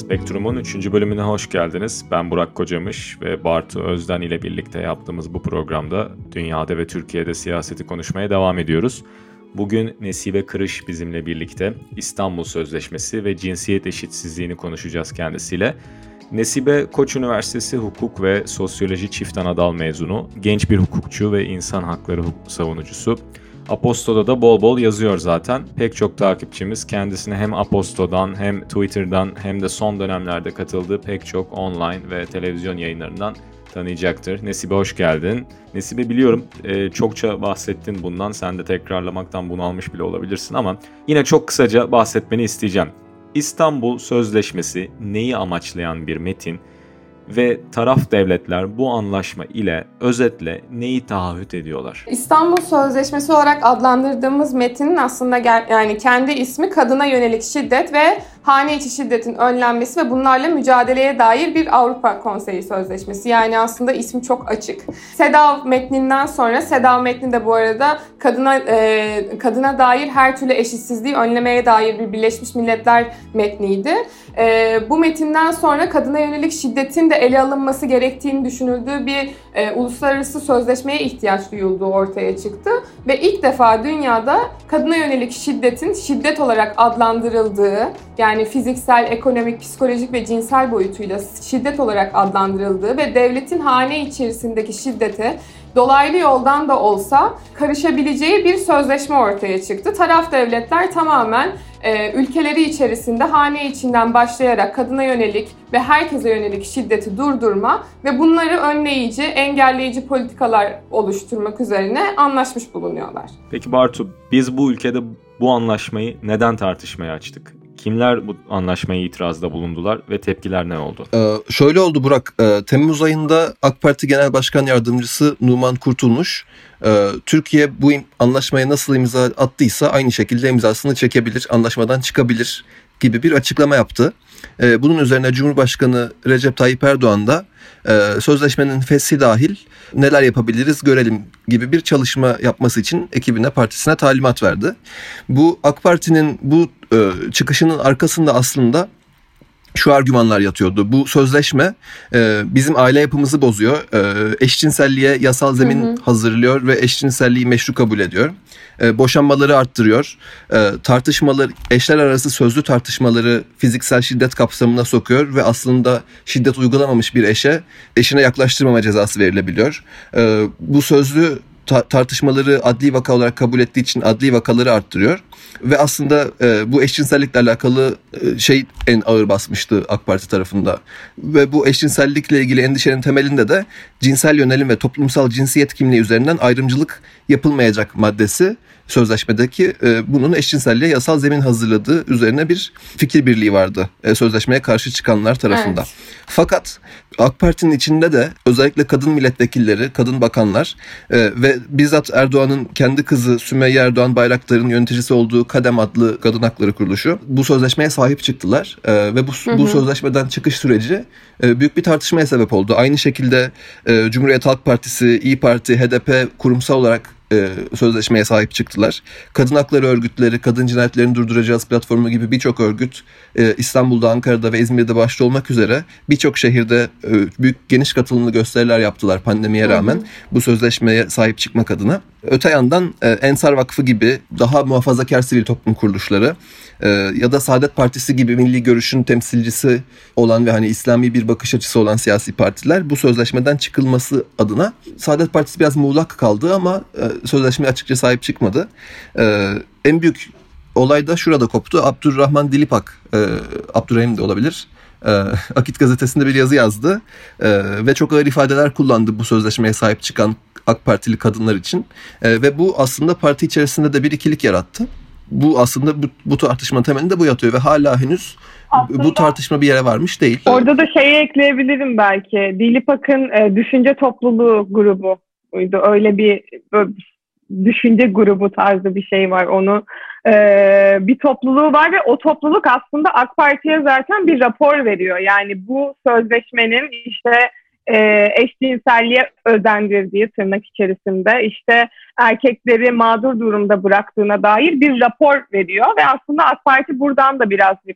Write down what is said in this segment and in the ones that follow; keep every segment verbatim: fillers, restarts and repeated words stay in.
Spektrum'un üçüncü bölümüne hoş geldiniz. Ben Burak Kocamış ve Bartu Özden ile birlikte yaptığımız bu programda dünyada ve Türkiye'de siyaseti konuşmaya devam ediyoruz. Bugün Nesibe Kırış bizimle birlikte İstanbul Sözleşmesi ve cinsiyet eşitsizliğini konuşacağız kendisiyle. Nesibe, Koç Üniversitesi Hukuk ve Sosyoloji Çift Anadal mezunu, genç bir hukukçu ve insan hakları savunucusu. Aposto'da da bol bol yazıyor zaten. Pek çok takipçimiz kendisini hem Aposto'dan hem Twitter'dan hem de son dönemlerde katıldığı pek çok online ve televizyon yayınlarından tanıyacaktır. Nesibe hoş geldin. Nesibe, biliyorum e, çokça bahsettin bundan. Sen de tekrarlamaktan bunalmış bile olabilirsin ama yine çok kısaca bahsetmeni isteyeceğim. İstanbul Sözleşmesi neyi amaçlayan bir metin ve taraf devletler bu anlaşma ile özetle neyi taahhüt ediyorlar? İstanbul Sözleşmesi olarak adlandırdığımız metinin aslında ger- yani kendi ismi kadına yönelik şiddet ve hane içi şiddetin önlenmesi ve bunlarla mücadeleye dair bir Avrupa Konseyi Sözleşmesi. Yani aslında ismi çok açık. SEDAV metninden sonra, SEDAV metni de bu arada kadına e, kadına dair her türlü eşitsizliği önlemeye dair bir Birleşmiş Milletler metniydi. E, bu metinden sonra kadına yönelik şiddetin de ele alınması gerektiğini düşünüldüğü bir e, uluslararası sözleşmeye ihtiyaç duyulduğu ortaya çıktı. Ve ilk defa dünyada kadına yönelik şiddetin şiddet olarak adlandırıldığı, yani fiziksel, ekonomik, psikolojik ve cinsel boyutuyla şiddet olarak adlandırıldığı ve devletin hane içerisindeki şiddete dolaylı yoldan da olsa karışabileceği bir sözleşme ortaya çıktı. Taraf devletler tamamen e, ülkeleri içerisinde hane içinden başlayarak kadına yönelik ve herkese yönelik şiddeti durdurma ve bunları önleyici, engelleyici politikalar oluşturmak üzerine anlaşmış bulunuyorlar. Peki Bartu, biz bu ülkede bu anlaşmayı neden tartışmaya açtık? Kimler bu anlaşmaya itirazda bulundular ve tepkiler ne oldu? Ee, şöyle oldu Burak. Ee, Temmuz ayında AK Parti Genel Başkan Yardımcısı Numan Kurtulmuş, e, Türkiye bu anlaşmaya nasıl imza attıysa aynı şekilde imzasını çekebilir, anlaşmadan çıkabilir gibi bir açıklama yaptı. Ee, bunun üzerine Cumhurbaşkanı Recep Tayyip Erdoğan da e, sözleşmenin feshi dahil neler yapabiliriz görelim gibi bir çalışma yapması için ekibine, partisine talimat verdi. Bu AK Parti'nin bu e, çıkışının arkasında aslında şu argümanlar yatıyordu. Bu sözleşme e, bizim aile yapımızı bozuyor. E, eşcinselliğe yasal zemin hı hı. hazırlıyor ve eşcinselliği meşru kabul ediyor. E, boşanmaları arttırıyor. E, tartışmaları, eşler arası sözlü tartışmaları fiziksel şiddet kapsamına sokuyor ve aslında şiddet uygulamamış bir eşe eşine yaklaştırmama cezası verilebiliyor. E, bu sözlü ta- tartışmaları adli vaka olarak kabul ettiği için adli vakaları arttırıyor. Ve aslında e, bu eşcinsellikle alakalı e, şey en ağır basmıştı AK Parti tarafında. Ve bu eşcinsellikle ilgili endişenin temelinde de cinsel yönelim ve toplumsal cinsiyet kimliği üzerinden ayrımcılık yapılmayacak maddesi sözleşmedeki e, bunun eşcinselliğe yasal zemin hazırladığı üzerine bir fikir birliği vardı e, sözleşmeye karşı çıkanlar tarafında. Evet. Fakat AK Parti'nin içinde de özellikle kadın milletvekilleri, kadın bakanlar e, ve bizzat Erdoğan'ın kendi kızı Sümeyye Erdoğan Bayraktar'ın yöneticisi olduğu KADEM adlı kadın hakları kuruluşu bu sözleşmeye sahip çıktılar e, ve bu, hı hı. bu sözleşmeden çıkış süreci e, büyük bir tartışmaya sebep oldu. Aynı şekilde e, Cumhuriyet Halk Partisi, İYİ Parti, H D P kurumsal olarak E, sözleşmeye sahip çıktılar. Kadın hakları örgütleri, kadın cinayetlerini durduracağız platformu gibi birçok örgüt e, İstanbul'da, Ankara'da ve İzmir'de başta olmak üzere birçok şehirde e, büyük geniş katılımlı gösteriler yaptılar pandemiye rağmen hı hı. bu sözleşmeye sahip çıkmak adına. Öte yandan e, Ensar Vakfı gibi daha muhafazakar sivil toplum kuruluşları e, ya da Saadet Partisi gibi milli görüşün temsilcisi olan ve hani İslami bir bakış açısı olan siyasi partiler bu sözleşmeden çıkılması adına, Saadet Partisi biraz muğlak kaldı ama e, sözleşmeye açıkça sahip çıkmadı. E, en büyük olay da şurada koptu. Abdurrahman Dilipak, e, Abdurrahim de olabilir, e, Akit gazetesinde bir yazı yazdı e, ve çok ağır ifadeler kullandı bu sözleşmeye sahip çıkan AK Partili kadınlar için e, ve bu aslında parti içerisinde de bir ikilik yarattı. Bu aslında bu, bu tartışmanın temelinde bu yatıyor ve hala henüz aslında bu tartışma bir yere varmış değil. Orada da şeyi ekleyebilirim belki. Dilipak'ın e, düşünce topluluğu grubu muydu? Öyle bir böyle düşünce grubu tarzı bir şey var. Onu e, bir topluluğu var ve o topluluk aslında AK Parti'ye zaten bir rapor veriyor. Yani bu sözleşmenin işte e, eşcinselliğe özendirdiği, tırnak içerisinde işte erkekleri mağdur durumda bıraktığına dair bir rapor veriyor ve aslında AK Parti buradan da birazcık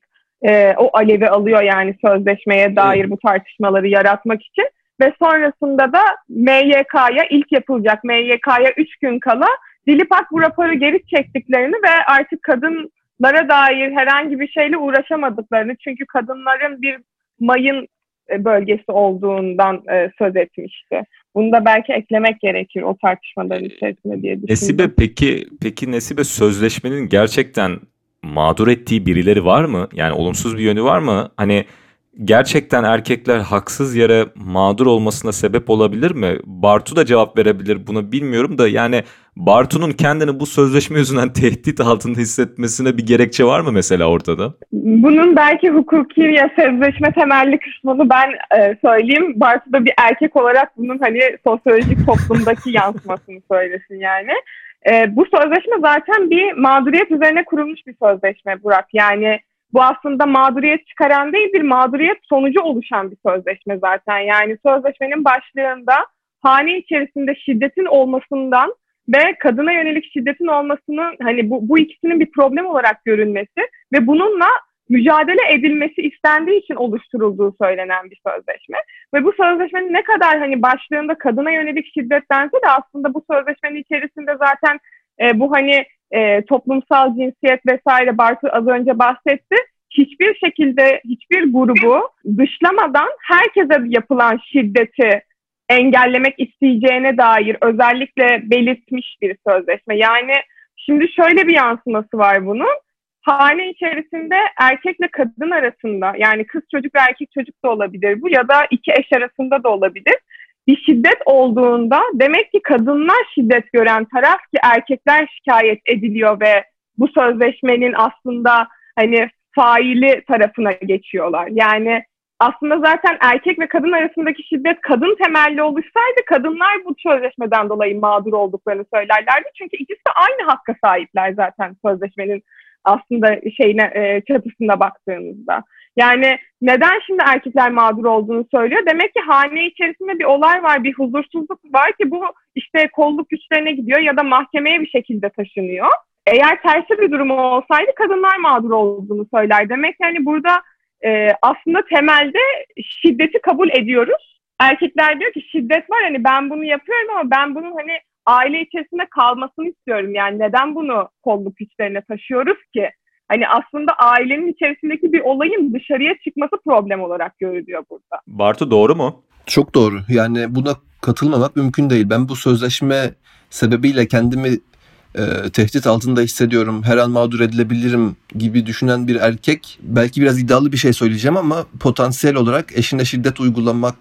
e, o alevi alıyor yani sözleşmeye dair bu tartışmaları yaratmak için. Ve sonrasında da M Y K'ya ilk yapılacak M Y K'ya üç gün kala Dilipak bu raporu geri çektiklerini ve artık kadınlara dair herhangi bir şeyle uğraşamadıklarını, çünkü kadınların bir mayın bölgesi olduğundan e, söz etmişti. Bunu da belki eklemek gerekir o tartışmaların içerisinde diye düşünüyorum. Nesibe peki, peki Nesibe sözleşmenin gerçekten mağdur ettiği birileri var mı? Yani olumsuz bir yönü var mı? Hani gerçekten erkekler haksız yere mağdur olmasına sebep olabilir mi? Bartu da cevap verebilir buna, bilmiyorum da yani Bartu'nun kendini bu sözleşme yüzünden tehdit altında hissetmesine bir gerekçe var mı mesela ortada? Bunun belki hukuki ya sözleşme temelli kısmını ben e, söyleyeyim. Bartu da bir erkek olarak bunun hani sosyolojik toplumdaki yansımasını söylesin yani. E, bu sözleşme zaten bir mağduriyet üzerine kurulmuş bir sözleşme Burak. Yani bu aslında mağduriyet çıkaran değil, bir mağduriyet sonucu oluşan bir sözleşme zaten. Yani sözleşmenin başlığında hane içerisinde şiddetin olmasından ve kadına yönelik şiddetin olmasının, hani bu, bu ikisinin bir problem olarak görünmesi ve bununla mücadele edilmesi istendiği için oluşturulduğu söylenen bir sözleşme. Ve bu sözleşmenin ne kadar hani başlığında kadına yönelik şiddet dense de aslında bu sözleşmenin içerisinde zaten e, bu hani e, toplumsal cinsiyet vesaire Bartu az önce bahsetti. Hiçbir şekilde hiçbir grubu dışlamadan herkese yapılan şiddeti engellemek isteyeceğine dair özellikle belirtmiş bir sözleşme. Yani şimdi şöyle bir yansıması var bunun. Hane içerisinde erkekle kadın arasında, yani kız çocuk ve erkek çocuk da olabilir bu, ya da iki eş arasında da olabilir. Bir şiddet olduğunda demek ki kadınlar şiddet gören taraf ki erkekler şikayet ediliyor ve bu sözleşmenin aslında hani faili tarafına geçiyorlar. Yani aslında zaten erkek ve kadın arasındaki şiddet kadın temelli oluşsaydı kadınlar bu sözleşmeden dolayı mağdur olduklarını söylerlerdi. Çünkü ikisi de aynı hakka sahipler zaten sözleşmenin aslında şeyine, çatısına baktığımızda. Yani neden şimdi erkekler mağdur olduğunu söylüyor? Demek ki hane içerisinde bir olay var, bir huzursuzluk var ki bu işte kolluk güçlerine gidiyor ya da mahkemeye bir şekilde taşınıyor. Eğer tersi bir durum olsaydı kadınlar mağdur olduğunu söyler. Demek yani burada e, aslında temelde şiddeti kabul ediyoruz. Erkekler diyor ki şiddet var, hani ben bunu yapıyorum ama ben bunun hani aile içerisinde kalmasını istiyorum. Yani neden bunu kolluk güçlerine taşıyoruz ki? Hani aslında ailenin içerisindeki bir olayın dışarıya çıkması problem olarak görülüyor burada. Bartu doğru mu? Çok doğru. Yani buna katılmamak mümkün değil. Ben bu sözleşme sebebiyle kendimi e, tehdit altında hissediyorum, her an mağdur edilebilirim gibi düşünen bir erkek, belki biraz iddialı bir şey söyleyeceğim ama potansiyel olarak eşine şiddet uygulamak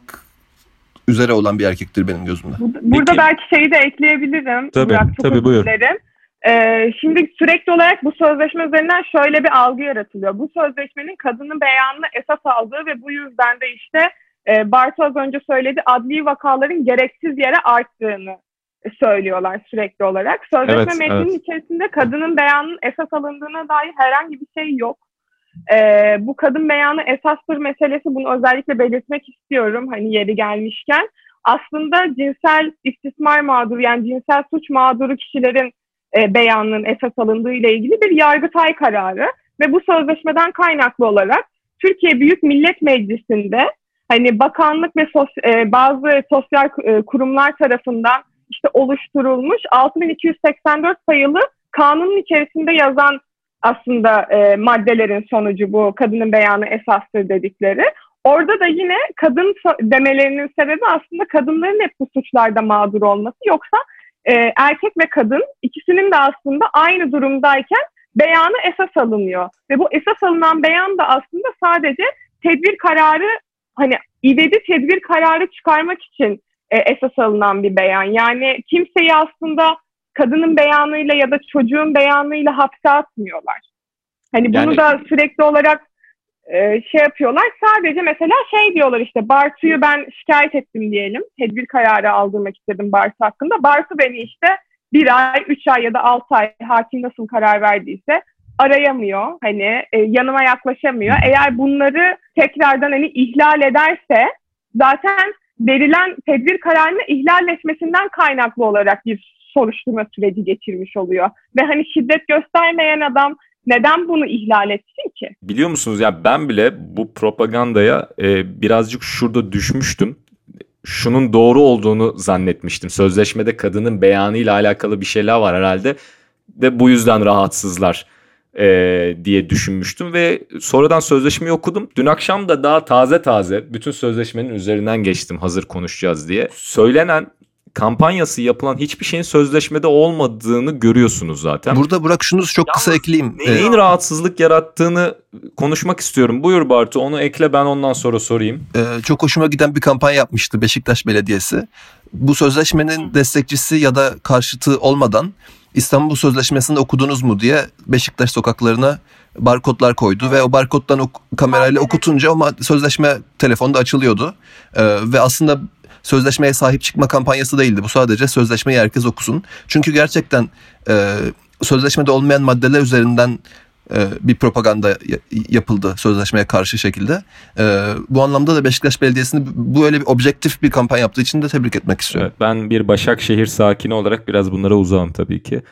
üzere olan bir erkektir benim gözümde. Burada Peki. belki şeyi de ekleyebilirim. Tabii, Burak, çok tabii, özür buyur. dilerim. Ee, şimdi sürekli olarak bu sözleşme üzerinden şöyle bir algı yaratılıyor. Bu sözleşmenin kadının beyanını esas aldığı ve bu yüzden de işte e, Bartu az önce söyledi, adli vakaların gereksiz yere arttığını söylüyorlar sürekli olarak. Sözleşme Evet, metninin evet. içerisinde kadının beyanının esas alındığına dair herhangi bir şey yok. Ee, bu kadın beyanı esastır meselesi, bunu özellikle belirtmek istiyorum hani yeri gelmişken. Aslında cinsel istismar mağduru, yani cinsel suç mağduru kişilerin e, beyanının esas alındığı ile ilgili bir Yargıtay kararı ve bu sözleşmeden kaynaklı olarak Türkiye Büyük Millet Meclisi'nde hani bakanlık ve sos, e, bazı sosyal e, kurumlar tarafından işte oluşturulmuş altı bin iki yüz seksen dört sayılı kanunun içerisinde yazan aslında e, maddelerin sonucu bu kadının beyanı esastır dedikleri. Orada da yine kadın demelerinin sebebi aslında kadınların hep bu suçlarda mağdur olması. Yoksa e, erkek ve kadın ikisinin de aslında aynı durumdayken beyanı esas alınıyor. Ve bu esas alınan beyan da aslında sadece tedbir kararı, hani ivedi tedbir kararı çıkarmak için e, esas alınan bir beyan. Yani kimseyi aslında kadının beyanıyla ya da çocuğun beyanıyla hapse atmıyorlar. Hani bunu Yani- da sürekli olarak e, şey yapıyorlar. Sadece mesela şey diyorlar, işte Bartu'yu ben şikayet ettim diyelim. Tedbir kararı aldırmak istedim Bartu hakkında. Bartu beni işte bir ay, üç ay ya da altı ay hakim nasıl karar verdiyse arayamıyor. Hani e, yanıma yaklaşamıyor. Eğer bunları tekrardan hani ihlal ederse zaten verilen tedbir kararını ihlal etmesinden kaynaklı olarak bir soruşturma süreci geçirmiş oluyor. Ve hani şiddet göstermeyen adam Neden bunu ihlal etsin ki? Biliyor musunuz ya, ben bile bu propagandaya e, birazcık şurada düşmüştüm. Şunun doğru olduğunu zannetmiştim. Sözleşmede kadının beyanıyla alakalı bir şeyler var herhalde de bu yüzden rahatsızlar e, diye düşünmüştüm ve sonradan sözleşmeyi okudum. Dün akşam da daha taze taze bütün sözleşmenin üzerinden geçtim hazır konuşacağız diye. Söylenen, kampanyası yapılan hiçbir şeyin sözleşmede olmadığını görüyorsunuz zaten. Burada Burak şunu çok Yalnız kısa ekleyeyim. Neyin ee, rahatsızlık yarattığını konuşmak istiyorum. Buyur Bartu, onu ekle, ben ondan sonra sorayım. E, çok hoşuma giden bir kampanya yapmıştı Beşiktaş Belediyesi. Bu sözleşmenin destekçisi ya da karşıtı olmadan İstanbul Sözleşmesi'ni okudunuz mu diye Beşiktaş sokaklarına barkodlar koydu ve o barkoddan ok- kamerayla okutunca o sözleşme telefonda açılıyordu. E, ve aslında sözleşmeye sahip çıkma kampanyası değildi. Bu sadece sözleşmeyi herkes okusun. Çünkü gerçekten e, sözleşmede olmayan maddeler üzerinden e, bir propaganda yapıldı sözleşmeye karşı şekilde. E, bu anlamda da Beşiktaş Belediyesi'ni bu öyle bir objektif bir kampanya yaptığı için de tebrik etmek istiyorum. Evet, ben bir Başakşehir sakini olarak biraz bunlara uzağım tabii ki.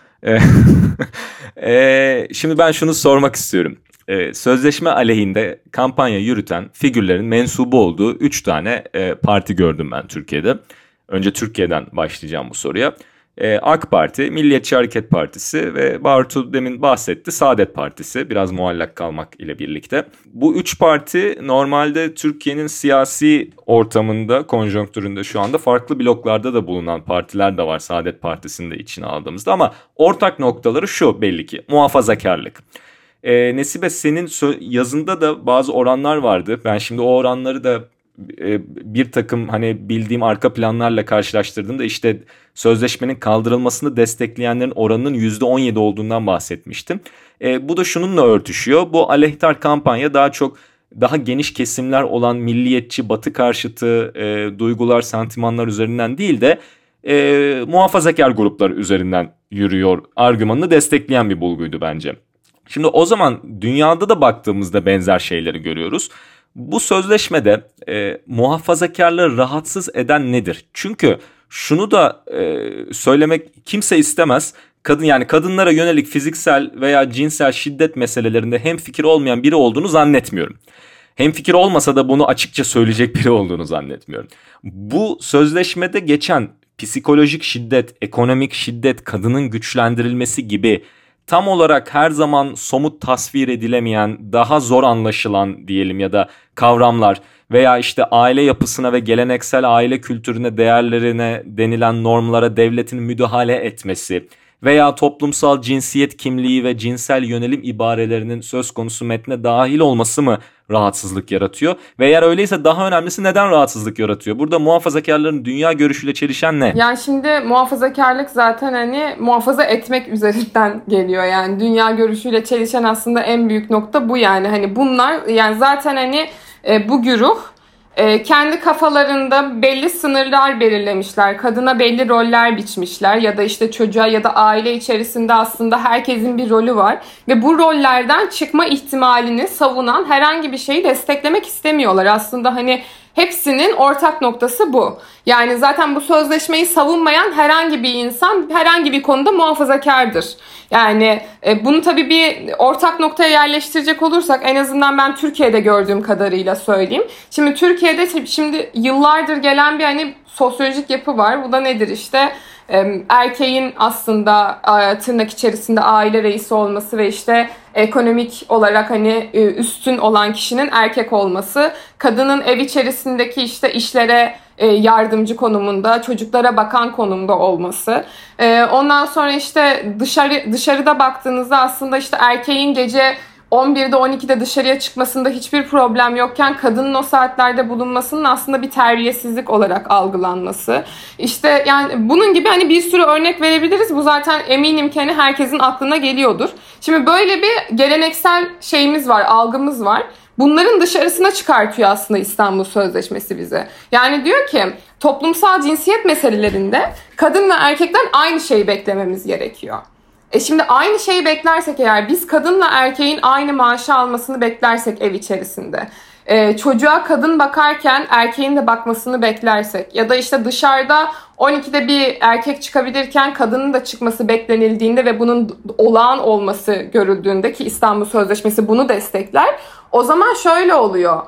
e, şimdi ben şunu sormak istiyorum. Ee, sözleşme aleyhinde kampanya yürüten figürlerin mensubu olduğu üç tane e, parti gördüm ben Türkiye'de. Önce Türkiye'den başlayacağım bu soruya. Ee, AK Parti, Milliyetçi Hareket Partisi ve Bartu demin bahsetti, Saadet Partisi, biraz muallak kalmak ile birlikte. Bu üç parti normalde Türkiye'nin siyasi ortamında, konjonktüründe şu anda farklı bloklarda da bulunan partiler de var, Saadet Partisi'ni de içine aldığımızda, ama ortak noktaları şu belli ki: muhafazakarlık. E, Nesibe, senin sö- yazında da bazı oranlar vardı. Ben şimdi o oranları da e, bir takım hani bildiğim arka planlarla karşılaştırdığımda işte sözleşmenin kaldırılmasını destekleyenlerin oranının yüzde on yedi olduğundan bahsetmiştim. E, bu da şununla örtüşüyor. Bu aleyhtar kampanya daha çok daha geniş kesimler olan milliyetçi, batı karşıtı e, duygular, sentimanlar üzerinden değil de e, muhafazakar gruplar üzerinden yürüyor argümanını destekleyen bir bulguydu bence. Şimdi o zaman dünyada da baktığımızda benzer şeyleri görüyoruz. Bu sözleşmede e, muhafazakarları rahatsız eden nedir? Çünkü şunu da e, söylemek kimse istemez. Kadın, yani kadınlara yönelik fiziksel veya cinsel şiddet meselelerinde hemfikir olmayan biri olduğunu zannetmiyorum. Hemfikir olmasa da bunu açıkça söyleyecek biri olduğunu zannetmiyorum. Bu sözleşmede geçen psikolojik şiddet, ekonomik şiddet, kadının güçlendirilmesi gibi tam olarak her zaman somut tasvir edilemeyen, daha zor anlaşılan diyelim ya da kavramlar veya işte aile yapısına ve geleneksel aile kültürüne, değerlerine denilen normlara devletin müdahale etmesi veya toplumsal cinsiyet kimliği ve cinsel yönelim ibarelerinin söz konusu metne dahil olması mı rahatsızlık yaratıyor? Ve eğer öyleyse daha önemlisi, neden rahatsızlık yaratıyor? Burada muhafazakarların dünya görüşüyle çelişen ne? Yani şimdi muhafazakarlık zaten hani muhafaza etmek üzerinden geliyor. Yani dünya görüşüyle çelişen aslında en büyük nokta bu yani. Hani bunlar, yani zaten hani e, bu güruh e, kendi kafalarında belli sınırlar belirlemişler. Kadına belli roller biçmişler ya da işte çocuğa ya da aile içerisinde aslında herkesin bir rolü var. Ve bu rollerden çıkma ihtimalini savunan herhangi bir şeyi desteklemek istemiyorlar. Aslında hani hepsinin ortak noktası bu. Yani zaten bu sözleşmeyi savunmayan herhangi bir insan herhangi bir konuda muhafazakardır. Yani e, bunu tabii bir ortak noktaya yerleştirecek olursak, en azından ben Türkiye'de gördüğüm kadarıyla söyleyeyim. Şimdi Türkiye'de şimdi yıllardır gelen bir hani sosyolojik yapı var. Bu da nedir işte? Erkeğin aslında tırnak içerisinde aile reisi olması ve işte ekonomik olarak hani üstün olan kişinin erkek olması, kadının ev içerisindeki işte işlere yardımcı konumunda, çocuklara bakan konumda olması. Ondan sonra işte dışarı dışarıda baktığınızda aslında işte erkeğin gece on birde on ikide dışarıya çıkmasında hiçbir problem yokken kadının o saatlerde bulunmasının aslında bir terbiyesizlik olarak algılanması. İşte yani bunun gibi hani bir sürü örnek verebiliriz. Bu zaten eminim ki hani herkesin aklına geliyordur. Şimdi böyle bir geleneksel şeyimiz var, algımız var. Bunların dışarısına çıkartıyor aslında İstanbul Sözleşmesi bize. Yani diyor ki toplumsal cinsiyet meselelerinde kadın ve erkekten aynı şeyi beklememiz gerekiyor. E şimdi aynı şeyi beklersek eğer, biz kadınla erkeğin aynı maaşı almasını beklersek ev içerisinde, e, çocuğa kadın bakarken erkeğin de bakmasını beklersek ya da işte dışarıda on ikide bir erkek çıkabilirken kadının da çıkması beklenildiğinde ve bunun olağan olması görüldüğünde, ki İstanbul Sözleşmesi bunu destekler, o zaman şöyle oluyor.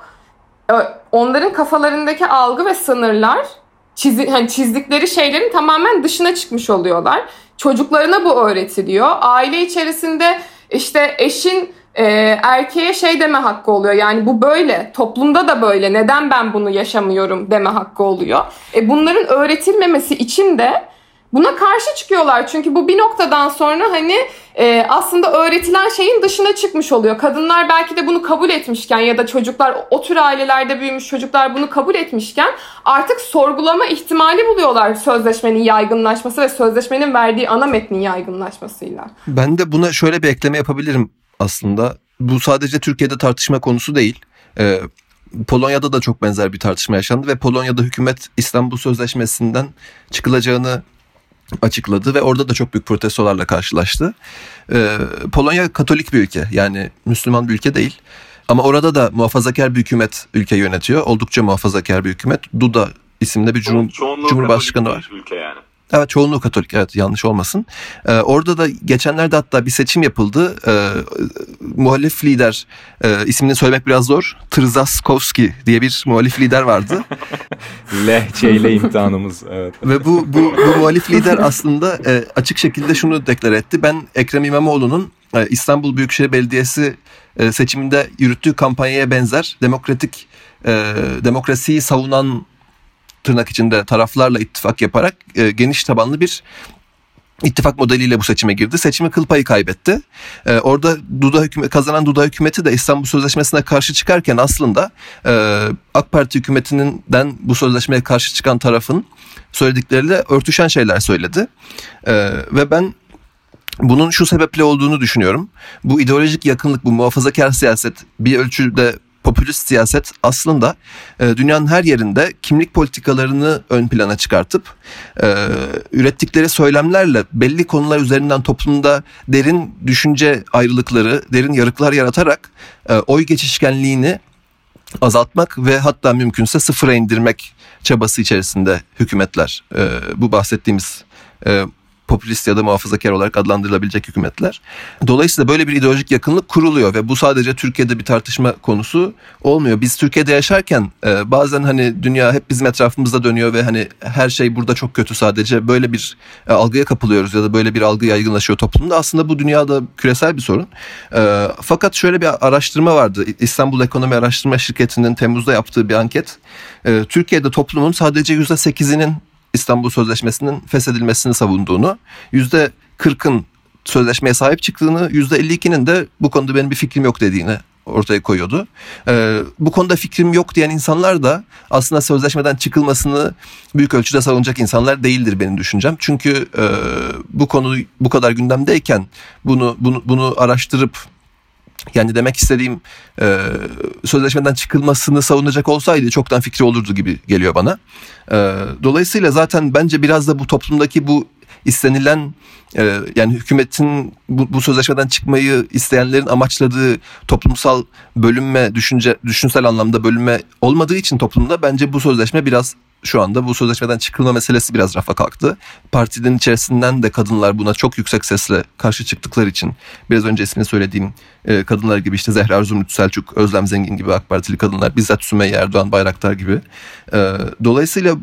Onların kafalarındaki algı ve sınırlar, çizi, hani çizdikleri şeylerin tamamen dışına çıkmış oluyorlar. Çocuklarına bu öğretiliyor. Aile içerisinde işte eşin e, erkeğe şey deme hakkı oluyor. Yani bu böyle, toplumda da böyle, neden ben bunu yaşamıyorum deme hakkı oluyor. E, bunların öğretilmemesi için de buna karşı çıkıyorlar. Çünkü bu bir noktadan sonra hani e, aslında öğretilen şeyin dışına çıkmış oluyor. Kadınlar belki de bunu kabul etmişken ya da çocuklar, o tür ailelerde büyümüş çocuklar bunu kabul etmişken artık sorgulama ihtimali buluyorlar sözleşmenin yaygınlaşması ve sözleşmenin verdiği ana metnin yaygınlaşmasıyla. Ben de buna şöyle bir ekleme yapabilirim aslında. Bu sadece Türkiye'de tartışma konusu değil. Ee, Polonya'da da çok benzer bir tartışma yaşandı ve Polonya'da hükümet İstanbul Sözleşmesi'nden çıkılacağını açıkladı ve orada da çok büyük protestolarla karşılaştı. Ee, Polonya Katolik bir ülke, yani Müslüman bir ülke değil. Ama orada da muhafazakar bir hükümet ülkeyi yönetiyor. Oldukça muhafazakar bir hükümet. Duda isimli bir cum- cumhurbaşkanı var. Ülke yani. Evet, çoğunluğu Katolik, evet, yanlış olmasın. Ee, orada da geçenlerde hatta bir seçim yapıldı. Ee, muhalif lider, e, ismini söylemek biraz zor, Trzaskowski diye bir muhalif lider vardı. Lehçeyle imtihanımız. Evet. Ve bu, bu, bu muhalif lider aslında e, açık şekilde şunu deklar etti. Ben Ekrem İmamoğlu'nun e, İstanbul Büyükşehir Belediyesi e, seçiminde yürüttüğü kampanyaya benzer demokratik e, demokrasiyi savunan, tırnak içinde, taraflarla ittifak yaparak e, geniş tabanlı bir ittifak modeliyle bu seçime girdi. Seçimi kıl payı kaybetti. E, orada Duda hükümet, kazanan Duda hükümeti de İstanbul Sözleşmesi'ne karşı çıkarken aslında e, AK Parti hükümetinden bu sözleşmeye karşı çıkan tarafın söyledikleriyle örtüşen şeyler söyledi. E, ve ben bunun şu sebeple olduğunu düşünüyorum. Bu ideolojik yakınlık, bu muhafazakar siyaset, bir ölçüde popülist siyaset aslında e, dünyanın her yerinde kimlik politikalarını ön plana çıkartıp e, ürettikleri söylemlerle belli konular üzerinden toplumda derin düşünce ayrılıkları, derin yarıklar yaratarak e, oy geçişkenliğini azaltmak ve hatta mümkünse sıfıra indirmek çabası içerisinde hükümetler. E, bu bahsettiğimiz e, popülist ya da muhafazakar olarak adlandırılabilecek hükümetler. Dolayısıyla böyle bir ideolojik yakınlık kuruluyor ve bu sadece Türkiye'de bir tartışma konusu olmuyor. Biz Türkiye'de yaşarken e, bazen hani dünya hep bizim etrafımızda dönüyor ve hani her şey burada çok kötü, sadece böyle bir e, algıya kapılıyoruz ya da böyle bir algı yaygınlaşıyor toplumda. Aslında bu dünyada küresel bir sorun. E, fakat şöyle bir araştırma vardı. İstanbul Ekonomi Araştırma Şirketi'nin Temmuz'da yaptığı bir anket. E, Türkiye'de toplumun sadece yüzde sekizinin İstanbul Sözleşmesi'nin feshedilmesini savunduğunu, yüzde kırkın sözleşmeye sahip çıktığını, yüzde elli ikinin de bu konuda benim bir fikrim yok dediğini ortaya koyuyordu. Ee, bu konuda fikrim yok diyen insanlar da aslında sözleşmeden çıkılmasını büyük ölçüde savunacak insanlar değildir benim düşüncem. Çünkü e, bu konu bu kadar gündemdeyken bunu bunu, bunu araştırıp, yani demek istediğim e, sözleşmeden çıkılmasını savunacak olsaydı çoktan fikri olurdu gibi geliyor bana. E, dolayısıyla zaten bence biraz da bu toplumdaki bu istenilen, e, yani hükümetin bu, bu sözleşmeden çıkmayı isteyenlerin amaçladığı toplumsal bölünme, düşünce düşünsel anlamda bölünme olmadığı için toplumda bence bu sözleşme biraz, şu anda bu sözleşmeden çıkılma meselesi biraz rafa kalktı. Partinin içerisinden de kadınlar buna çok yüksek sesle karşı çıktıkları için, biraz önce ismini söylediğim e, kadınlar gibi, işte Zehra Zümrüt Selçuk, Özlem Zengin gibi AK Partili kadınlar, bizzat Sümeyye Erdoğan Bayraktar gibi. E, dolayısıyla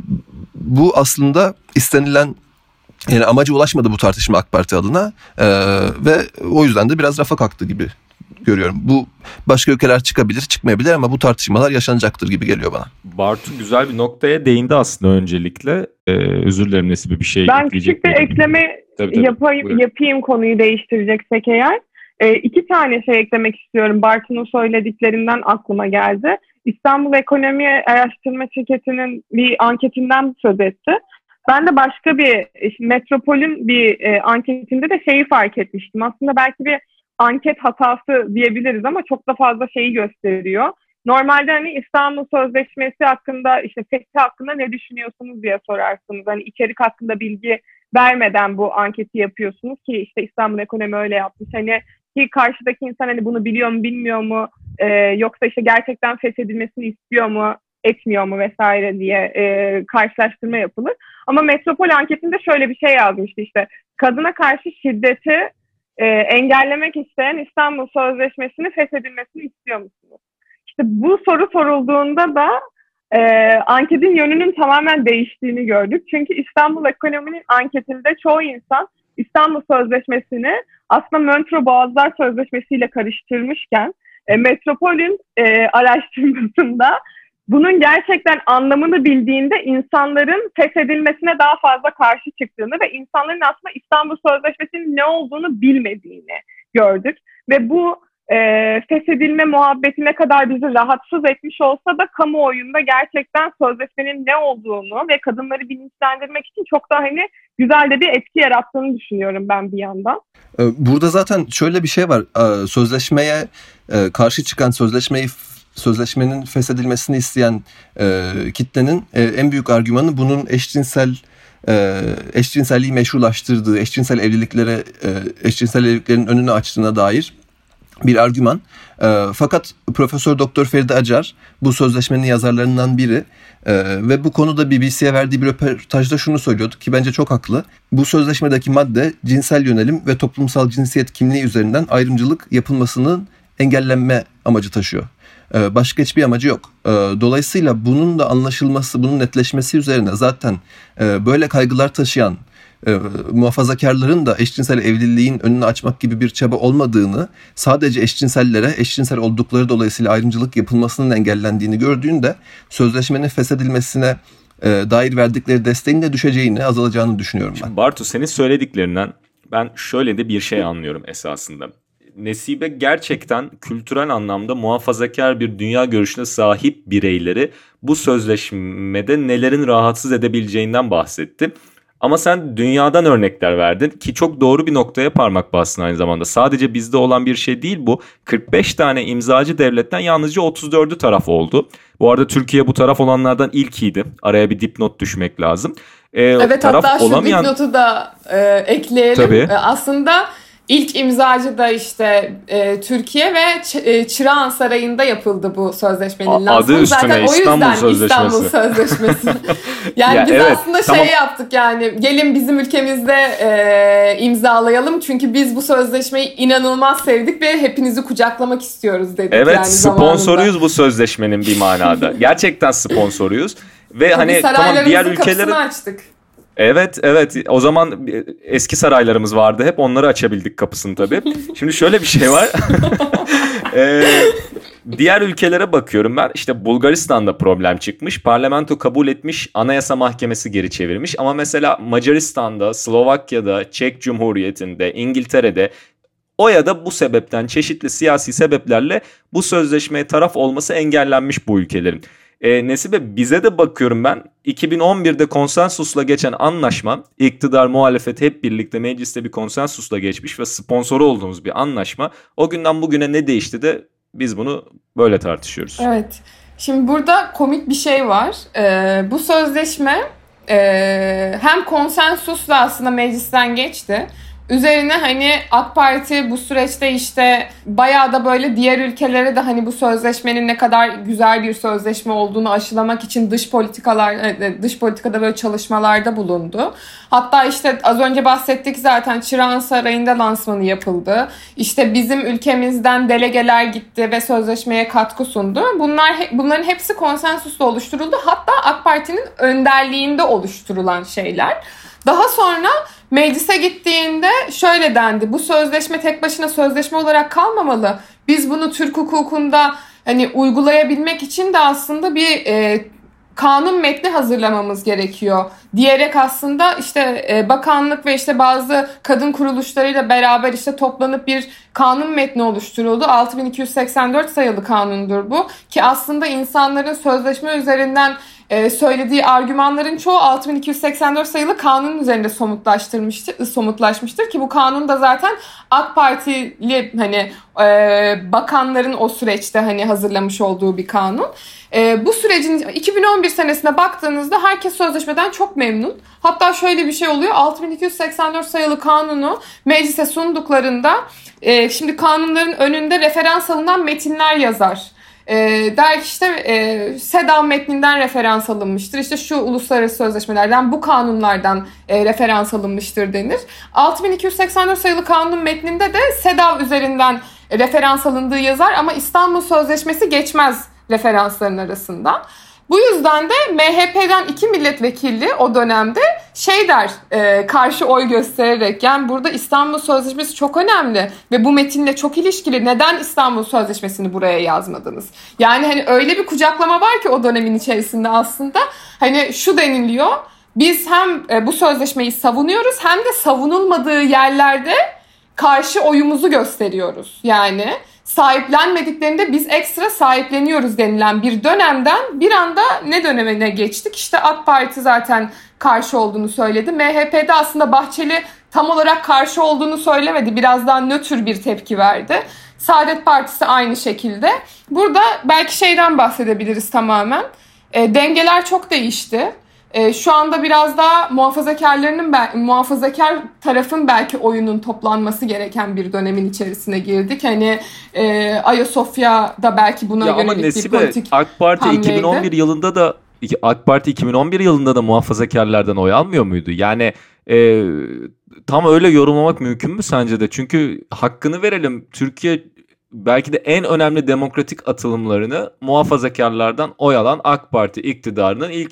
bu aslında istenilen, yani amaca ulaşmadı bu tartışma AK Parti adına e, ve o yüzden de biraz rafa kalktı gibi görüyorum. Bu başka ülkeler çıkabilir, çıkmayabilir ama bu tartışmalar yaşanacaktır gibi geliyor bana. Bartu güzel bir noktaya değindi aslında öncelikle. Ee, özür dilerim Nesibe, bir şey ben ekleyecek küçük bir miyim? ekleme Tabii, tabii. yapayım, yapayım konuyu değiştireceksek eğer. E, iki tane şey eklemek istiyorum. Bartu'nun söylediklerinden aklıma geldi. İstanbul Ekonomi Araştırma Şirketi'nin bir anketinden söz etti. Ben de başka bir Metropol'ün bir e, anketinde de şeyi fark etmiştim. Aslında belki bir anket hatası diyebiliriz ama çok da fazla şeyi gösteriyor. Normalde hani İstanbul Sözleşmesi hakkında, işte fethi hakkında ne düşünüyorsunuz diye sorarsınız. Hani içerik hakkında bilgi vermeden bu anketi yapıyorsunuz ki işte İstanbul Ekonomi öyle yapmış. Hani ki karşıdaki insan hani bunu biliyor mu bilmiyor mu, ee, yoksa işte gerçekten feshedilmesini istiyor mu? etmiyor mu vesaire diye e, karşılaştırma yapılır. Ama Metropol anketinde şöyle bir şey yazmıştı, işte kadına karşı şiddeti e, engellemek isteyen İstanbul Sözleşmesi'ni feshedilmesini istiyor musunuz? İşte bu soru sorulduğunda da e, anketin yönünün tamamen değiştiğini gördük. Çünkü İstanbul Ekonomi'nin anketinde çoğu insan İstanbul Sözleşmesi'ni aslında Montreux Boğazlar Sözleşmesi ile karıştırmışken e, Metropol'ün e, araştırmasında bunun gerçekten anlamını bildiğinde insanların feshedilmesine daha fazla karşı çıktığını ve insanların aslında İstanbul Sözleşmesi'nin ne olduğunu bilmediğini gördük. Ve bu e, feshedilme muhabbeti ne kadar bizi rahatsız etmiş olsa da kamuoyunda gerçekten sözleşmenin ne olduğunu ve kadınları bilinçlendirmek için çok daha hani güzel de bir etki yarattığını düşünüyorum ben bir yandan. Burada zaten şöyle bir şey var. Sözleşmeye karşı çıkan, sözleşmeyi sözleşmenin feshedilmesini isteyen e, kitlenin e, en büyük argümanı bunun eşcinsel e, eşcinselliği meşrulaştırdığı, eşcinsel evliliklere e, eşcinsel evliliklerin önünü açtığına dair bir argüman. E, fakat Profesör Doktor Feride Acar bu sözleşmenin yazarlarından biri e, ve bu konuda B B C'ye verdiği bir röportajda şunu söylüyordu ki bence çok haklı. Bu sözleşmedeki madde cinsel yönelim ve toplumsal cinsiyet kimliği üzerinden ayrımcılık yapılmasının engellenme amacı taşıyor. Başka hiçbir amacı yok. Dolayısıyla bunun da anlaşılması, bunun netleşmesi üzerine zaten böyle kaygılar taşıyan muhafazakarların da eşcinsel evliliğin önünü açmak gibi bir çaba olmadığını, sadece eşcinsellere eşcinsel oldukları dolayısıyla ayrımcılık yapılmasının engellendiğini gördüğünde sözleşmenin feshedilmesine dair verdikleri desteğin de düşeceğini, azalacağını düşünüyorum ben. Şimdi Bartu, senin söylediklerinden ben şöyle de bir şey anlıyorum esasında. Nesibe gerçekten kültürel anlamda muhafazakar bir dünya görüşüne sahip bireyleri bu sözleşmede nelerin rahatsız edebileceğinden bahsetti. Ama sen dünyadan örnekler verdin ki çok doğru bir noktaya parmak bastın aynı zamanda. Sadece bizde olan bir şey değil bu. kırk beş tane imzacı devletten yalnızca otuz dördü taraf oldu. Bu arada Türkiye bu taraf olanlardan ilkiydi. Araya bir dipnot düşmek lazım. Ee, evet, taraf hatta şu olamayan... dipnotu da e, ekleyelim. Tabii. E, aslında... İlk imzacı da işte e, Türkiye ve Ç- e, Çırağan Sarayı'nda yapıldı bu sözleşmenin A- lansmanı. Adı üstüne Zaten İstanbul o yüzden Sözleşmesi. İstanbul Sözleşmesi. Yani ya biz evet, aslında tamam. şey yaptık, yani gelin bizim ülkemizde e, imzalayalım. Çünkü biz bu sözleşmeyi inanılmaz sevdik ve hepinizi kucaklamak istiyoruz dedik. Evet, yani sponsoruyuz zamanında. Bu sözleşmenin bir manada. Gerçekten sponsoruyuz. Ve hani tamam diğer ülkelerin açtık. Evet evet o zaman eski saraylarımız vardı, hep onları açabildik kapısını tabii. Şimdi şöyle bir şey var. ee, diğer ülkelere bakıyorum ben, işte Bulgaristan'da problem çıkmış, parlamento kabul etmiş, anayasa mahkemesi geri çevirmiş. Ama mesela Macaristan'da, Slovakya'da, Çek Cumhuriyeti'nde, İngiltere'de o ya da bu sebepten, çeşitli siyasi sebeplerle bu sözleşmeye taraf olması engellenmiş bu ülkelerin. E, Nesibe, bize de bakıyorum ben, iki bin on birde konsensusla geçen anlaşma, iktidar muhalefet hep birlikte mecliste bir konsensusla geçmiş ve sponsoru olduğumuz bir anlaşma. O günden bugüne ne değişti de biz bunu böyle tartışıyoruz. Evet, şimdi burada komik bir şey var. Ee, bu sözleşme e, hem konsensusla aslında meclisten geçti. Üzerine hani AK Parti bu süreçte işte bayağı da böyle diğer ülkelere de hani bu sözleşmenin ne kadar güzel bir sözleşme olduğunu aşılamak için dış politikalar dış politikada böyle çalışmalarda bulundu. Hatta işte az önce bahsettik zaten, Çırağan Sarayı'nda lansmanı yapıldı. İşte bizim ülkemizden delegeler gitti ve sözleşmeye katkı sundu. Bunlar bunların hepsi konsensusla oluşturuldu. Hatta AK Parti'nin önderliğinde oluşturulan şeyler. Daha sonra meclise gittiğinde şöyle dendi: bu sözleşme tek başına sözleşme olarak kalmamalı. Biz bunu Türk hukukunda hani uygulayabilmek için de aslında bir e, kanun metni hazırlamamız gerekiyor diyerek aslında işte e, bakanlık ve işte bazı kadın kuruluşlarıyla beraber işte toplanıp bir kanun metni oluşturuldu. altı bin iki yüz seksen dört sayılı kanundur bu ki aslında insanların sözleşme üzerinden Ee, söylediği argümanların çoğu altı bin iki yüz seksen dört sayılı kanunun üzerinde somutlaştırmıştır, somutlaşmıştır ki bu kanun da zaten AK Partili hani e, bakanların o süreçte hani hazırlamış olduğu bir kanun. E, bu sürecin iki bin on bir senesine baktığınızda herkes sözleşmeden çok memnun. Hatta şöyle bir şey oluyor: altı bin iki yüz seksen dört sayılı kanunu meclise sunduklarında e, şimdi kanunların önünde referans alınan metinler yazar. e, der ki işte e, SEDAW metninden referans alınmıştır. İşte şu uluslararası sözleşmelerden, bu kanunlardan e, referans alınmıştır denir. altı bin iki yüz seksen dört sayılı kanun metninde de SEDAW üzerinden referans alındığı yazar ama İstanbul Sözleşmesi geçmez referansların arasında. Bu yüzden de M H P'den iki milletvekili o dönemde şey der, e, karşı oy göstererek, yani burada İstanbul Sözleşmesi çok önemli ve bu metinle çok ilişkili. Neden İstanbul Sözleşmesi'ni buraya yazmadınız? Yani hani öyle bir kucaklama var ki o dönemin içerisinde aslında hani şu deniliyor. Biz hem e, bu sözleşmeyi savunuyoruz hem de savunulmadığı yerlerde karşı oyumuzu gösteriyoruz. Yani sahiplenmediklerinde biz ekstra sahipleniyoruz denilen bir dönemden bir anda ne dönemine geçtik? İşte AK Parti zaten karşı olduğunu söyledi. M H P'de aslında Bahçeli tam olarak karşı olduğunu söylemedi. Biraz daha nötr bir tepki verdi. Saadet Partisi aynı şekilde. Burada belki şeyden bahsedebiliriz tamamen. E, dengeler çok değişti. E, şu anda biraz daha muhafazakarlarının, muhafazakar tarafın belki oyunun toplanması gereken bir dönemin içerisine girdik. Hani e, Ayasofya'da belki buna ya yönelik ama Nesibe, bir politik AK Parti hamleydi. iki bin on bir yılında da AK Parti iki bin on bir yılında da muhafazakarlardan oy almıyor muydu? Yani e, tam öyle yorumlamak mümkün mü sence de? Çünkü hakkını verelim, Türkiye belki de en önemli demokratik atılımlarını muhafazakarlardan oy alan AK Parti iktidarının ilk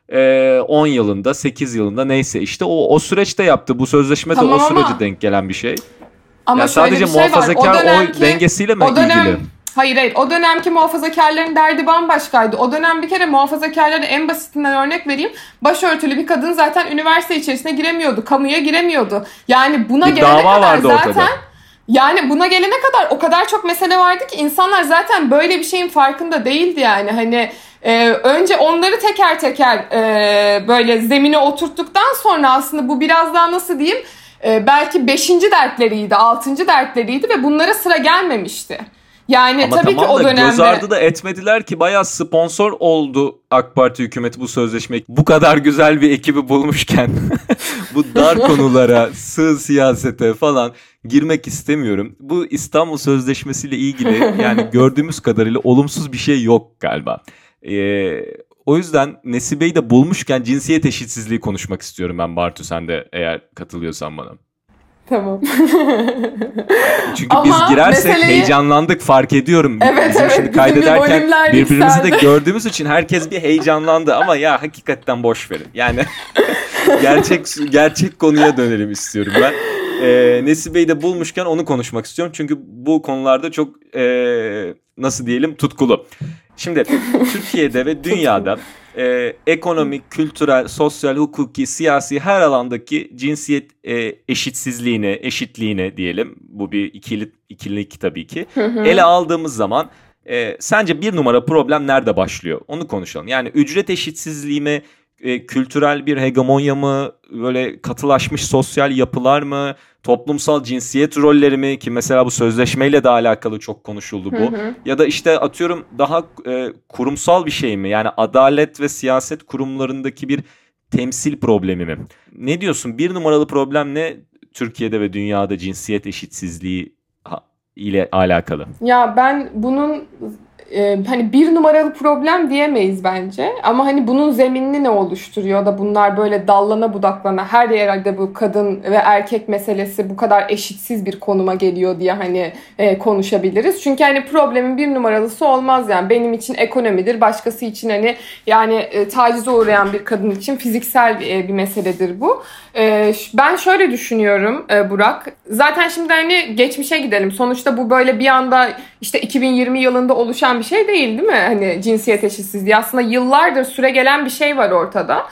on yılında, sekiz yılında neyse işte o o süreçte yaptı. Bu sözleşme de tamam o sürece ama, denk gelen bir şey. Ama yani sadece bir şey muhafazakar var. dönemki, oy dengesiyle mi o dönem, ilgili? Hayır hayır. O dönemki muhafazakarların derdi bambaşkaydı. O dönem bir kere muhafazakarlara en basitinden örnek vereyim. Başörtülü bir kadın zaten üniversite içerisine giremiyordu. Kamuya giremiyordu. Yani buna bir gelene dava kadar zaten ortada. Yani buna gelene kadar o kadar çok mesele vardı ki insanlar zaten böyle bir şeyin farkında değildi yani. Hani e, önce onları teker teker e, böyle zemine oturttuktan sonra aslında bu biraz daha nasıl diyeyim e, belki beşinci dertleriydi, altıncı dertleriydi ve bunlara sıra gelmemişti. Yani ama tabii tamam ki o da dönemde... göz ardı da etmediler ki, bayağı sponsor oldu AK Parti hükümeti bu sözleşmeyi. Bu kadar güzel bir ekibi bulmuşken bu dar konulara, sığ siyasete falan girmek istemiyorum. Bu İstanbul Sözleşmesi ile ilgili yani gördüğümüz kadarıyla olumsuz bir şey yok galiba. Ee, o yüzden Nesibe'yi de bulmuşken cinsiyet eşitsizliği konuşmak istiyorum ben Bartu, sen de eğer katılıyorsan bana. Tamam. Çünkü Ama biz girersek meseleyi... heyecanlandık, fark ediyorum. Evet Bizim evet. şimdi kaydederken birbirimizi yükseldi. de gördüğümüz için herkes bir heyecanlandı ama ya hakikaten boş verin. Yani gerçek gerçek konuya dönelim istiyorum ben. Ee, Nesibe'yi de bulmuşken onu konuşmak istiyorum. Çünkü bu konularda çok ee, nasıl diyelim tutkulu. Şimdi Türkiye'de ve dünyada e, ekonomik, kültürel, sosyal, hukuki, siyasi her alandaki cinsiyet e, eşitsizliğine, eşitliğine diyelim. Bu bir ikili, ikililik tabii ki. Hı hı. Ele aldığımız zaman e, sence bir numara problem nerede başlıyor? Onu konuşalım. Yani ücret eşitsizliği mi, e, kültürel bir hegemonya mı, böyle katılaşmış sosyal yapılar mı, toplumsal cinsiyet rolleri mi, ki mesela bu sözleşmeyle de alakalı çok konuşuldu bu. Hı hı. Ya da işte atıyorum daha e, kurumsal bir şey mi? Yani adalet ve siyaset kurumlarındaki bir temsil problemi mi? Ne diyorsun? Bir numaralı problem ne Türkiye'de ve dünyada cinsiyet eşitsizliği ile alakalı? Ya ben bunun e, hani bir numaralı problem diyemeyiz bence. Ama hani bunun zeminini ne oluşturuyor da bunlar böyle dallana budaklana her yerde bu kadın ve erkek meselesi bu kadar eşitsiz bir konuma geliyor diye hani e, konuşabiliriz. Çünkü hani problemin bir numaralısı olmaz yani. Benim için ekonomidir, başkası için hani yani e, tacize uğrayan bir kadın için fiziksel bir, e, bir meseledir bu. E, ben şöyle düşünüyorum e, Burak. Zaten şimdi hani geçmişe gidelim. Sonuçta bu böyle bir anda işte iki bin yirmi yılında oluşan bir şey değil değil mi? Hani cinsiyet eşitsizliği aslında yıllardır süre gelen bir şey var ortada.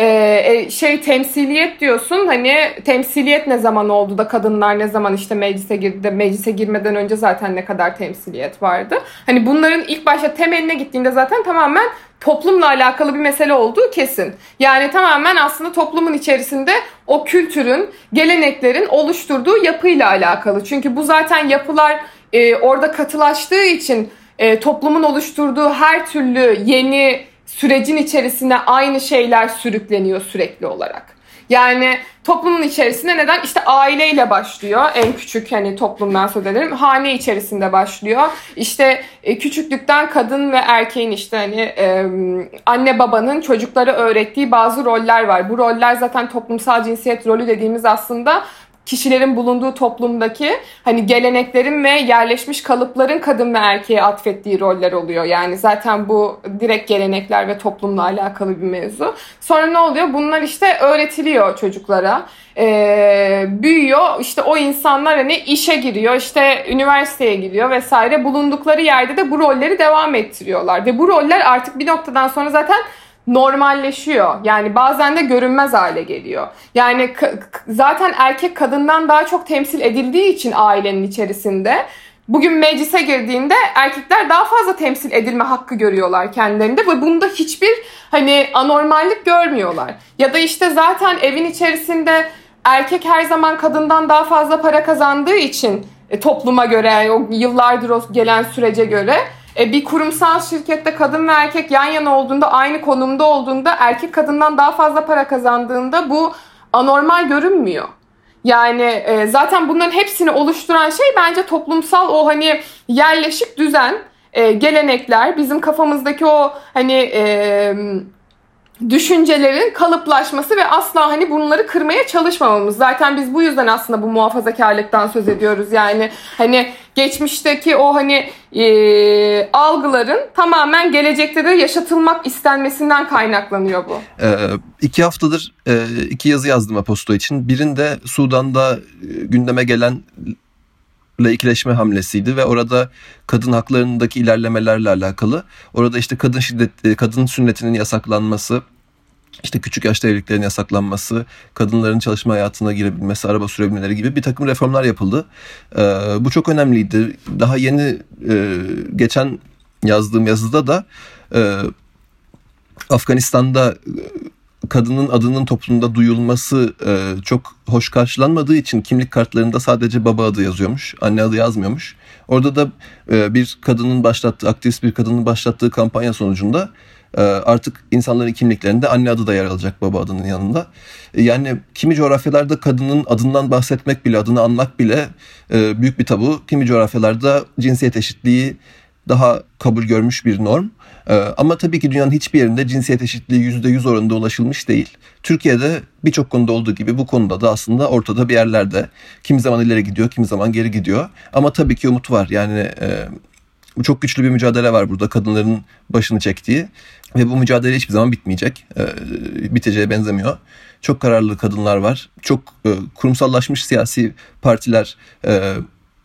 Ee, şey temsiliyet diyorsun, hani temsiliyet ne zaman oldu da kadınlar ne zaman işte meclise girdi de meclise girmeden önce zaten ne kadar temsiliyet vardı. Hani bunların ilk başta temeline gittiğinde zaten tamamen toplumla alakalı bir mesele olduğu kesin. Yani tamamen aslında toplumun içerisinde o kültürün, geleneklerin oluşturduğu yapıyla alakalı. Çünkü bu zaten yapılar e, orada katılaştığı için e, toplumun oluşturduğu her türlü yeni sürecin içerisine aynı şeyler sürükleniyor sürekli olarak. Yani toplumun içerisinde neden? İşte aileyle başlıyor. En küçük hani toplumdan söz edelim. Hane içerisinde başlıyor. İşte e, küçüklükten kadın ve erkeğin işte hani e, anne babanın çocuklara öğrettiği bazı roller var. Bu roller zaten toplumsal cinsiyet rolü dediğimiz aslında kişilerin bulunduğu toplumdaki hani geleneklerin ve yerleşmiş kalıpların kadın ve erkeğe atfettiği roller oluyor. Yani zaten bu direkt gelenekler ve toplumla alakalı bir mevzu. Sonra ne oluyor? Bunlar işte öğretiliyor çocuklara. Ee, büyüyor. İşte o insanlar hani işe giriyor, işte üniversiteye giriyor vesaire. Bulundukları yerde de bu rolleri devam ettiriyorlar. Ve bu roller artık bir noktadan sonra zaten normalleşiyor. Yani bazen de görünmez hale geliyor. Yani k- zaten erkek kadından daha çok temsil edildiği için ailenin içerisinde bugün meclise girdiğinde erkekler daha fazla temsil edilme hakkı görüyorlar kendilerinde ve bunda hiçbir hani anormallik görmüyorlar. Ya da işte zaten evin içerisinde erkek her zaman kadından daha fazla para kazandığı için e, topluma göre, o yıllardır o gelen sürece göre E, bir kurumsal şirkette kadın ve erkek yan yana olduğunda, aynı konumda olduğunda, erkek kadından daha fazla para kazandığında bu anormal görünmüyor. Yani e, zaten bunların hepsini oluşturan şey bence toplumsal o hani yerleşik düzen, e, gelenekler, bizim kafamızdaki o hani e, düşüncelerin kalıplaşması ve asla hani bunları kırmaya çalışmamamız. Zaten biz bu yüzden aslında bu muhafazakarlıktan söz ediyoruz. Yani hani geçmişteki o hani e, algıların tamamen gelecekte de yaşatılmak istenmesinden kaynaklanıyor bu. Ee, iki haftadır e, iki yazı yazdım Aposto için. Birinde Sudan'da e, gündeme gelen laikleşme hamlesiydi ve orada kadın haklarındaki ilerlemelerle alakalı. Orada işte kadın şiddet, kadın sünnetinin yasaklanması, işte küçük yaşta evliliklerin yasaklanması, kadınların çalışma hayatına girebilmesi, araba sürebilmeleri gibi bir takım reformlar yapıldı. Ee, bu çok önemliydi. Daha yeni e, geçen yazdığım yazıda da e, Afganistan'da kadının adının toplumda duyulması e, çok hoş karşılanmadığı için kimlik kartlarında sadece baba adı yazıyormuş, anne adı yazmıyormuş. Orada da e, bir kadının başlattığı, aktivist bir kadının başlattığı kampanya sonucunda e, artık insanların kimliklerinde anne adı da yer alacak baba adının yanında. E, yani kimi coğrafyalarda kadının adından bahsetmek bile, adını anmak bile e, büyük bir tabu. Kimi coğrafyalarda cinsiyet eşitliği daha kabul görmüş bir norm. Ee, ama tabii ki dünyanın hiçbir yerinde cinsiyet eşitliği yüzde yüz oranında ulaşılmış değil. Türkiye'de birçok konuda olduğu gibi bu konuda da aslında ortada bir yerlerde. Kimi zaman ileri gidiyor, kimi zaman geri gidiyor. Ama tabii ki umut var. Yani e, çok güçlü bir mücadele var burada kadınların başını çektiği. Ve bu mücadele hiçbir zaman bitmeyecek. E, biteceğe benzemiyor. Çok kararlı kadınlar var. Çok e, kurumsallaşmış siyasi partiler e,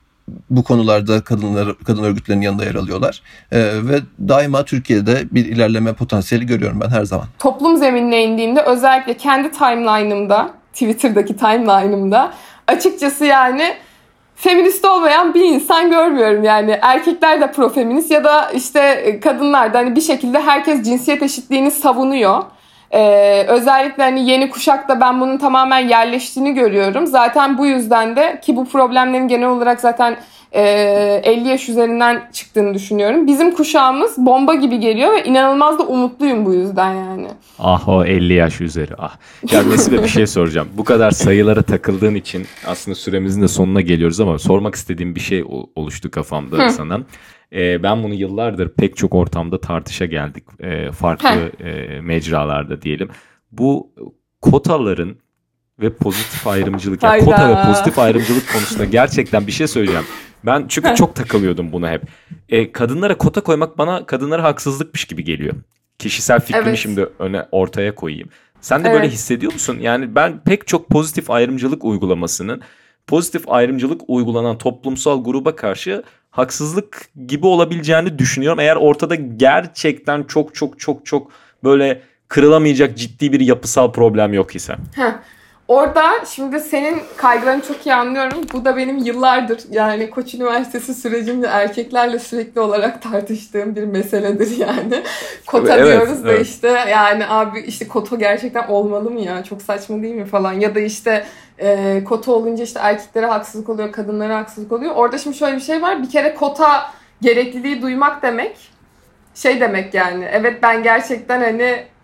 bu konularda kadınlar, kadın örgütlerinin yanında yer alıyorlar. Ee, ve daima Türkiye'de bir ilerleme potansiyeli görüyorum ben her zaman. Toplum zeminine indiğimde özellikle kendi timeline'ımda, Twitter'daki timeline'ımda açıkçası yani feminist olmayan bir insan görmüyorum yani. Erkekler de profeminist ya da işte kadınlar da hani bir şekilde herkes cinsiyet eşitliğini savunuyor. Ee, özellikle hani yeni kuşakta ben bunun tamamen yerleştiğini görüyorum. Zaten bu yüzden de ki bu problemlerin genel olarak zaten e, elli yaş üzerinden çıktığını düşünüyorum. Bizim kuşağımız bomba gibi geliyor ve inanılmaz da umutluyum bu yüzden yani. Ah o elli yaş üzeri ah. Ya Nesibe bir şey soracağım. Bu kadar sayılara takıldığın için aslında süremizin de sonuna geliyoruz ama sormak istediğim bir şey oluştu kafamda Hı. sana. E, ben bunu yıllardır pek çok ortamda tartışa geldik. E, farklı e, mecralarda diyelim. Bu kotaların ve pozitif ayrımcılık, yani kota ve pozitif ayrımcılık konusunda gerçekten bir şey söyleyeceğim. Ben çünkü çok takılıyordum buna hep. E, kadınlara kota koymak bana kadınlara haksızlıkmış gibi geliyor. Kişisel fikrimi evet. şimdi öne ortaya koyayım. Sen de evet. böyle hissediyor musun? Yani ben pek çok pozitif ayrımcılık uygulamasının pozitif ayrımcılık uygulanan toplumsal gruba karşı haksızlık gibi olabileceğini düşünüyorum. Eğer ortada gerçekten çok çok çok çok böyle kırılamayacak ciddi bir yapısal problem yok ise. Heh. Orada şimdi senin kaygılarını çok iyi anlıyorum. Bu da benim yıllardır yani Koç Üniversitesi sürecimde erkeklerle sürekli olarak tartıştığım bir meseledir yani. Kota evet, diyoruz da evet. işte yani abi işte kota gerçekten olmalı mı ya? Çok saçma değil mi falan. Ya da işte e, kota olunca işte erkeklere haksızlık oluyor, kadınlara haksızlık oluyor. Orada şimdi şöyle bir şey var. Bir kere kota gerekliliği duymak demek şey demek yani. Evet ben gerçekten hani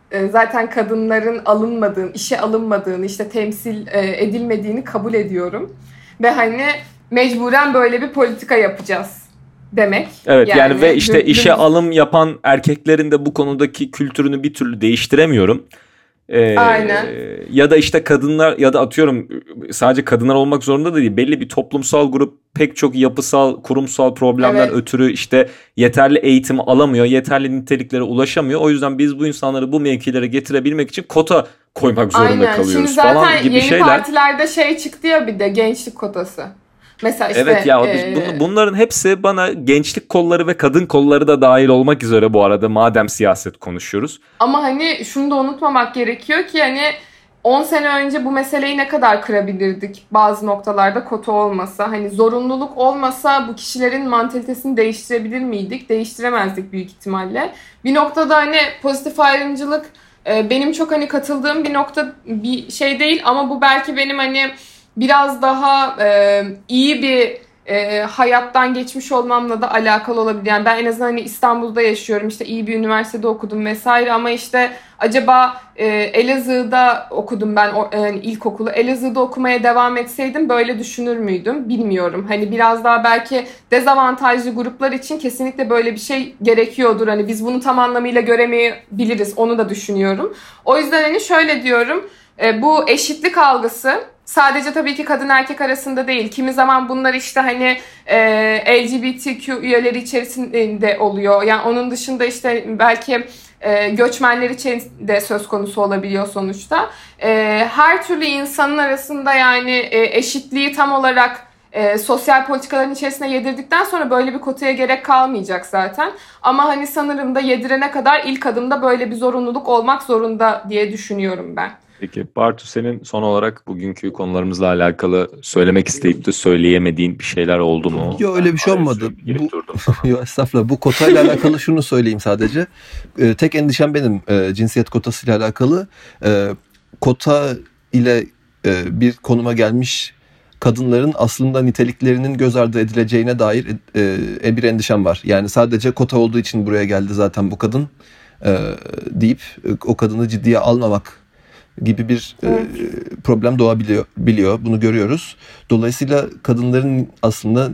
e, zaten kadınların alınmadığını, işe alınmadığını, işte temsil e, edilmediğini kabul ediyorum. Ve hani mecburen böyle bir politika yapacağız demek. Evet yani, yani ve işte düm- işe dümdüz- alım yapan erkeklerin de bu konudaki kültürünü bir türlü değiştiremiyorum. Ee, Aynen. Ya da işte kadınlar, ya da atıyorum sadece kadınlar olmak zorunda da değil. Belli bir toplumsal grup pek çok yapısal, kurumsal problemler Evet. ötürü işte yeterli eğitimi alamıyor, yeterli niteliklere ulaşamıyor. O yüzden biz bu insanları bu mevkilere getirebilmek için kota koymak zorunda Aynen. kalıyoruz Şimdi zaten falan gibi yeni şeyler. partilerde şey çıktı ya, bir de gençlik kotası. Mesela işte Evet ya, e, bun- bunların hepsi bana gençlik kolları ve kadın kolları da dahil olmak üzere, bu arada madem siyaset konuşuyoruz. ama hani şunu da unutmamak gerekiyor ki hani on sene önce bu meseleyi ne kadar kırabilirdik bazı noktalarda kota olmasa. Hani zorunluluk olmasa bu kişilerin mantalitesini değiştirebilir miydik? Değiştiremezdik büyük ihtimalle. Bir noktada hani pozitif ayrımcılık e, benim çok hani katıldığım bir nokta bir şey değil, ama bu belki benim hani biraz daha e, iyi bir e, hayattan geçmiş olmamla da alakalı olabilir. Yani ben en azından hani İstanbul'da yaşıyorum, işte iyi bir üniversitede okudum vesaire, ama işte acaba e, Elazığ'da okudum ben o, yani ilkokulu. Elazığ'da okumaya devam etseydim böyle düşünür müydüm bilmiyorum. Hani biraz daha belki dezavantajlı gruplar için kesinlikle böyle bir şey gerekiyordur. Hani biz bunu tam anlamıyla göremeyebiliriz, onu da düşünüyorum. O yüzden hani şöyle diyorum, e, bu eşitlik algısı sadece tabii ki kadın erkek arasında değil. Kimi zaman bunlar işte hani e, L G B T Q üyeleri içerisinde oluyor. Yani onun dışında işte belki e, göçmenler için de söz konusu olabiliyor sonuçta. E, her türlü insanın arasında yani e, eşitliği tam olarak e, sosyal politikaların içerisine yedirdikten sonra böyle bir kotaya gerek kalmayacak zaten. Ama hani sanırım da yedirene kadar ilk adımda böyle bir zorunluluk olmak zorunda diye düşünüyorum ben. Peki Bartu, senin son olarak bugünkü konularımızla alakalı söylemek isteyip de söyleyemediğin bir şeyler oldu mu? Yok, öyle bir şey Araya olmadı. sürekli girip Bu durdum sana. Yok, estağfurullah. Bu kotayla alakalı şunu söyleyeyim sadece. Ee, tek endişem benim e, cinsiyet kotasıyla alakalı. E, kota ile e, bir konuma gelmiş kadınların aslında niteliklerinin göz ardı edileceğine dair e, bir endişem var. Yani sadece kota olduğu için buraya geldi zaten bu kadın e, deyip e, o kadını ciddiye almamak gibi bir Evet. e, problem doğabiliyor, biliyor. Bunu görüyoruz. Dolayısıyla kadınların aslında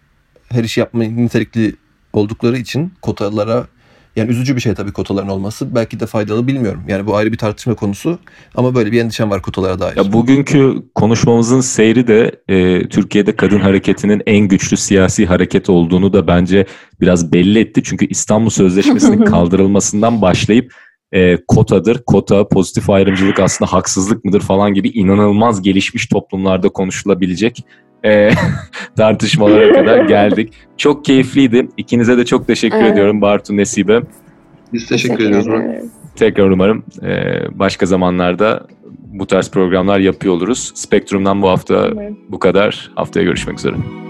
her işi yapmaya nitelikli oldukları için kotalara, yani üzücü bir şey tabii kotaların olması. Belki de faydalı, bilmiyorum. Yani bu ayrı bir tartışma konusu. Ama böyle bir endişem var kotalara dair. Ya bugünkü konuşmamızın seyri de e, Türkiye'de kadın hareketinin en güçlü siyasi hareket olduğunu da bence biraz belli etti. Çünkü İstanbul Sözleşmesi'nin kaldırılmasından başlayıp e, kotadır, kota, pozitif ayrımcılık aslında haksızlık mıdır falan gibi inanılmaz gelişmiş toplumlarda konuşulabilecek e, tartışmalara kadar geldik. Çok keyifliydi. İkinize de çok teşekkür Evet. ediyorum Bartu, Nesibe. Biz teşekkür ediyoruz. ederim. Tekrar umarım e, başka zamanlarda bu tarz programlar yapıyor oluruz. Spektrum'dan bu hafta bu kadar. Haftaya görüşmek üzere.